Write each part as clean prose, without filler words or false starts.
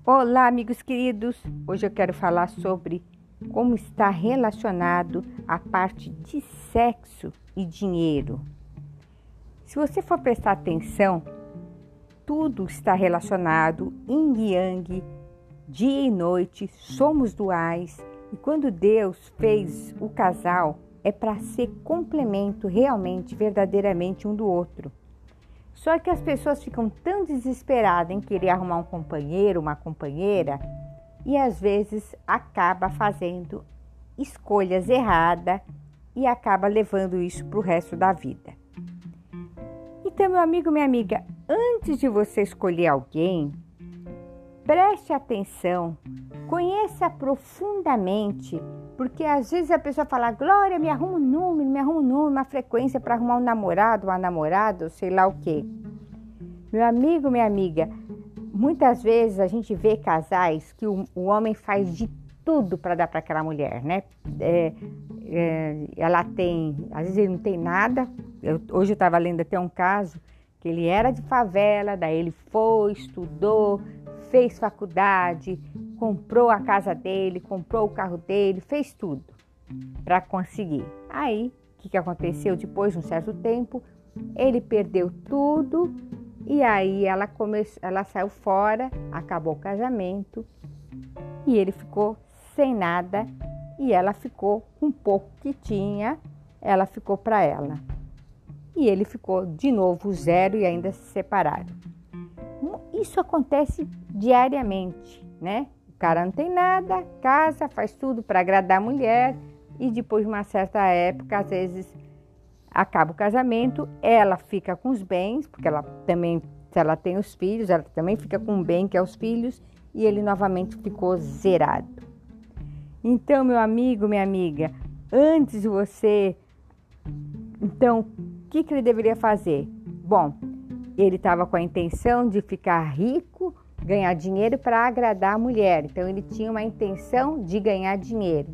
Olá, amigos queridos! Hoje eu quero falar sobre como está relacionado a parte de sexo e dinheiro. Se você for prestar atenção, tudo está relacionado, yin e yang, dia e noite, somos duais. E quando Deus fez o casal, é para ser complemento realmente, verdadeiramente um do outro. Só que as pessoas ficam tão desesperadas em querer arrumar um companheiro, uma companheira, e às vezes acaba fazendo escolhas erradas e acaba levando isso para o resto da vida. Então, meu amigo, minha amiga, antes de você escolher alguém, preste atenção, conheça profundamente, porque às vezes a pessoa fala: Glória, me arruma um número, uma frequência para arrumar um namorado, uma namorada, sei lá o quê. Meu amigo, minha amiga, muitas vezes a gente vê casais que o homem faz de tudo para dar para aquela mulher, né? Ela tem, às vezes ele não tem nada. Hoje eu estava lendo até um caso que ele era de favela, daí ele foi, estudou, fez faculdade, comprou a casa dele, comprou o carro dele, fez tudo para conseguir. Aí, o que aconteceu? Depois de um certo tempo, ele perdeu tudo e aí ela saiu fora, acabou o casamento e ele ficou sem nada e ela ficou com pouco que tinha, ela ficou para ela. E ele ficou de novo zero e ainda se separaram. Isso acontece diariamente, né? O cara não tem nada, casa, faz tudo para agradar a mulher e depois de uma certa época, às vezes, acaba o casamento, ela fica com os bens, porque ela também, se ela tem os filhos, ela também fica com o bem, que é os filhos, e ele novamente ficou zerado. Então, meu amigo, minha amiga, antes de você... Então, o que ele deveria fazer? Bom, ele estava com a intenção de ficar rico, ganhar dinheiro para agradar a mulher. Então, ele tinha uma intenção de ganhar dinheiro.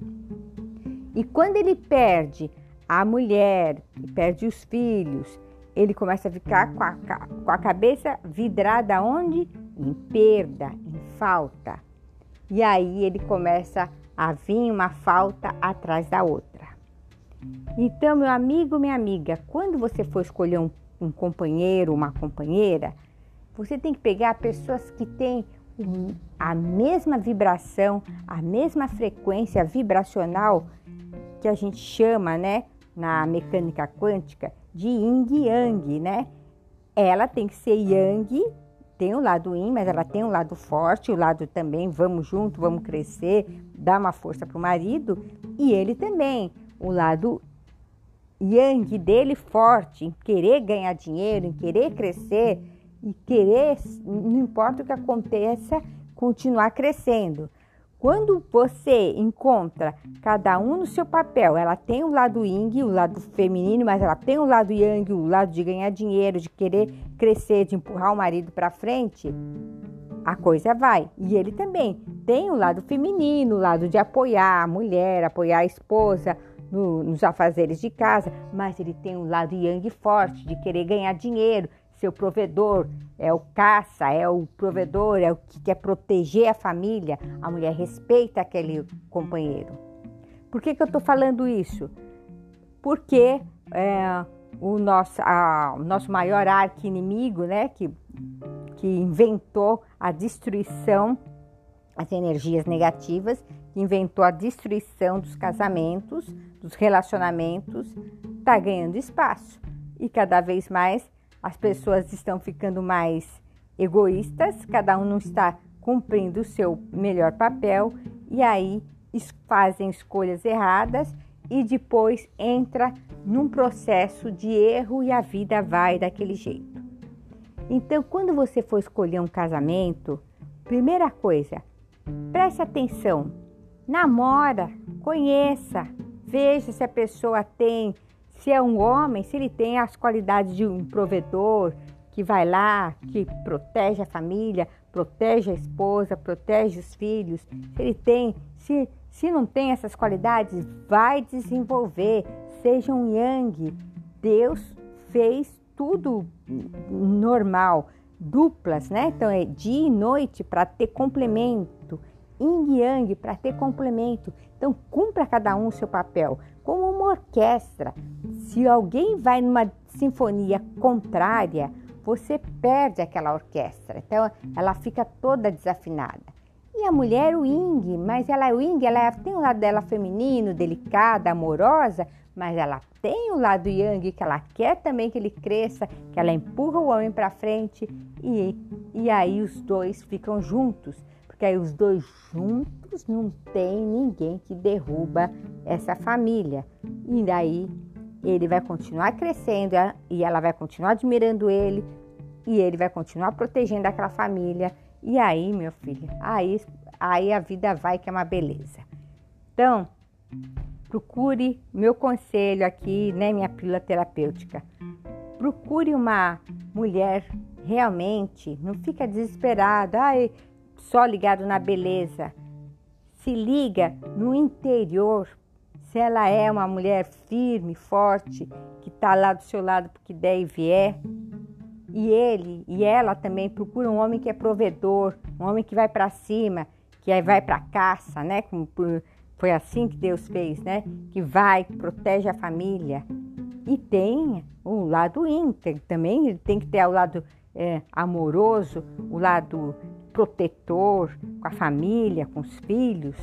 E quando ele perde a mulher, perde os filhos, ele começa a ficar com a cabeça vidrada onde? Em perda, em falta. E aí ele começa a vir uma falta atrás da outra. Então, meu amigo, minha amiga, quando você for escolher um companheiro, uma companheira, você tem que pegar pessoas que têm a mesma vibração, a mesma frequência vibracional que a gente chama, né, na mecânica quântica, de yin e yang, né? Ela tem que ser yang, tem o lado yin, mas ela tem um lado forte, o lado também, vamos junto, vamos crescer, dar uma força para o marido, e ele também, o lado yang dele forte, em querer ganhar dinheiro, em querer crescer, e querer, não importa o que aconteça, continuar crescendo. Quando você encontra cada um no seu papel, ela tem o lado yin, o lado feminino, mas ela tem o lado yang, o lado de ganhar dinheiro, de querer crescer, de empurrar o marido para frente, a coisa vai. E ele também tem o lado feminino, o lado de apoiar a mulher, apoiar a esposa nos afazeres de casa, mas ele tem um lado yang forte, de querer ganhar dinheiro, ser o provedor, é o caça, é o provedor, é o que quer proteger a família. A mulher respeita aquele companheiro. Por que eu estou falando isso? Porque o nosso maior arqui-inimigo, né, que inventou a destruição, as energias negativas, que inventou a destruição dos casamentos, dos relacionamentos, está ganhando espaço. E cada vez mais as pessoas estão ficando mais egoístas, cada um não está cumprindo o seu melhor papel e aí fazem escolhas erradas e depois entra num processo de erro e a vida vai daquele jeito. Então, quando você for escolher um casamento, primeira coisa, preste atenção, namora, conheça, veja se a pessoa tem, se é um homem, se ele tem as qualidades de um provedor, que vai lá, que protege a família, protege a esposa, protege os filhos. Se ele tem, se não tem essas qualidades, vai desenvolver. Seja um yang. Deus fez tudo normal. duplas, né? Então é dia e noite para ter complemento, yin e yang para ter complemento. Então cumpra cada um o seu papel, como uma orquestra. Se alguém vai numa sinfonia contrária, você perde aquela orquestra. Então ela fica toda desafinada. E a mulher, o yin, mas o yin, ela tem o lado dela feminino, delicada, amorosa, mas ela tem o lado yang, que ela quer também que ele cresça, que ela empurra o homem para frente, e aí os dois ficam juntos, porque aí os dois juntos não tem ninguém que derruba essa família. E daí ele vai continuar crescendo e ela vai continuar admirando ele, e ele vai continuar protegendo aquela família. E aí, meu filho, aí a vida vai que é uma beleza. Então, procure meu conselho aqui, né, minha pílula terapêutica. Procure uma mulher realmente, não fica desesperado, só ligado na beleza. Se liga no interior, se ela é uma mulher firme, forte, que está lá do seu lado porque der e vier. E ele e ela também procuram um homem que é provedor, um homem que vai para cima, que aí vai para caça, né? Foi assim que Deus fez, né? Que protege a família. E tem o lado íntegro também, ele tem que ter o lado amoroso, o lado protetor com a família, com os filhos.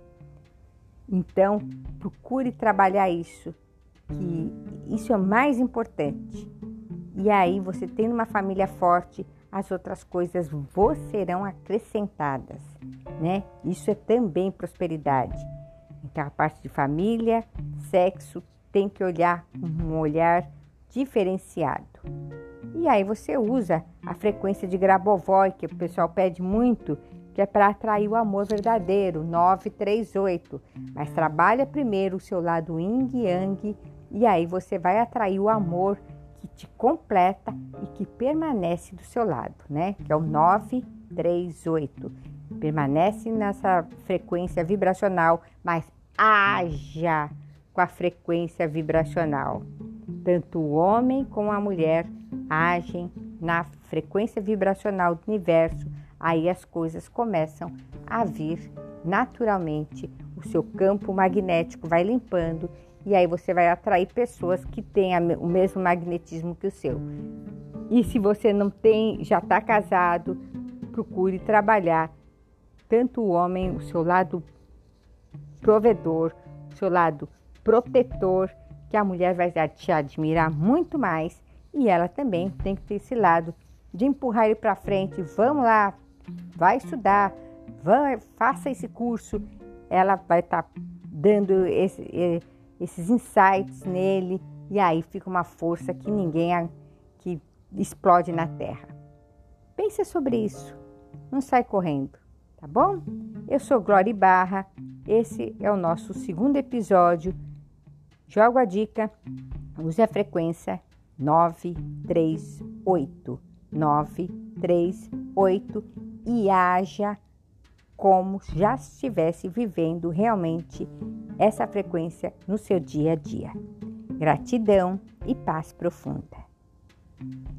Então, procure trabalhar isso, que isso é o mais importante. E aí, você tendo uma família forte, as outras coisas serão acrescentadas, né? Isso é também prosperidade. Então, a parte de família, sexo, tem que olhar com um olhar diferenciado. E aí, você usa a frequência de Grabovoi, que o pessoal pede muito, que é para atrair o amor verdadeiro, 938. Mas trabalha primeiro o seu lado yin e yang, e aí você vai atrair o amor que te completa e que permanece do seu lado, né? Que é o 938. Permanece nessa frequência vibracional, mas haja com a frequência vibracional. Tanto o homem como a mulher agem na frequência vibracional do universo. Aí as coisas começam a vir naturalmente. O seu campo magnético vai limpando. E aí você vai atrair pessoas que têm o mesmo magnetismo que o seu. E se você não tem, já está casado, procure trabalhar tanto o homem, o seu lado provedor, o seu lado protetor, que a mulher vai te admirar muito mais. E ela também tem que ter esse lado de empurrar ele para frente. Vamos lá, vai estudar, faça esse curso. Ela vai estar dando esses insights nele, e aí fica uma força que que explode na Terra. Pense sobre isso, não sai correndo, tá bom? Eu sou Glória Ibarra, esse é o nosso segundo episódio. Jogo a dica, use a frequência 938, 938 e haja como já estivesse vivendo realmente essa frequência no seu dia a dia. Gratidão e paz profunda.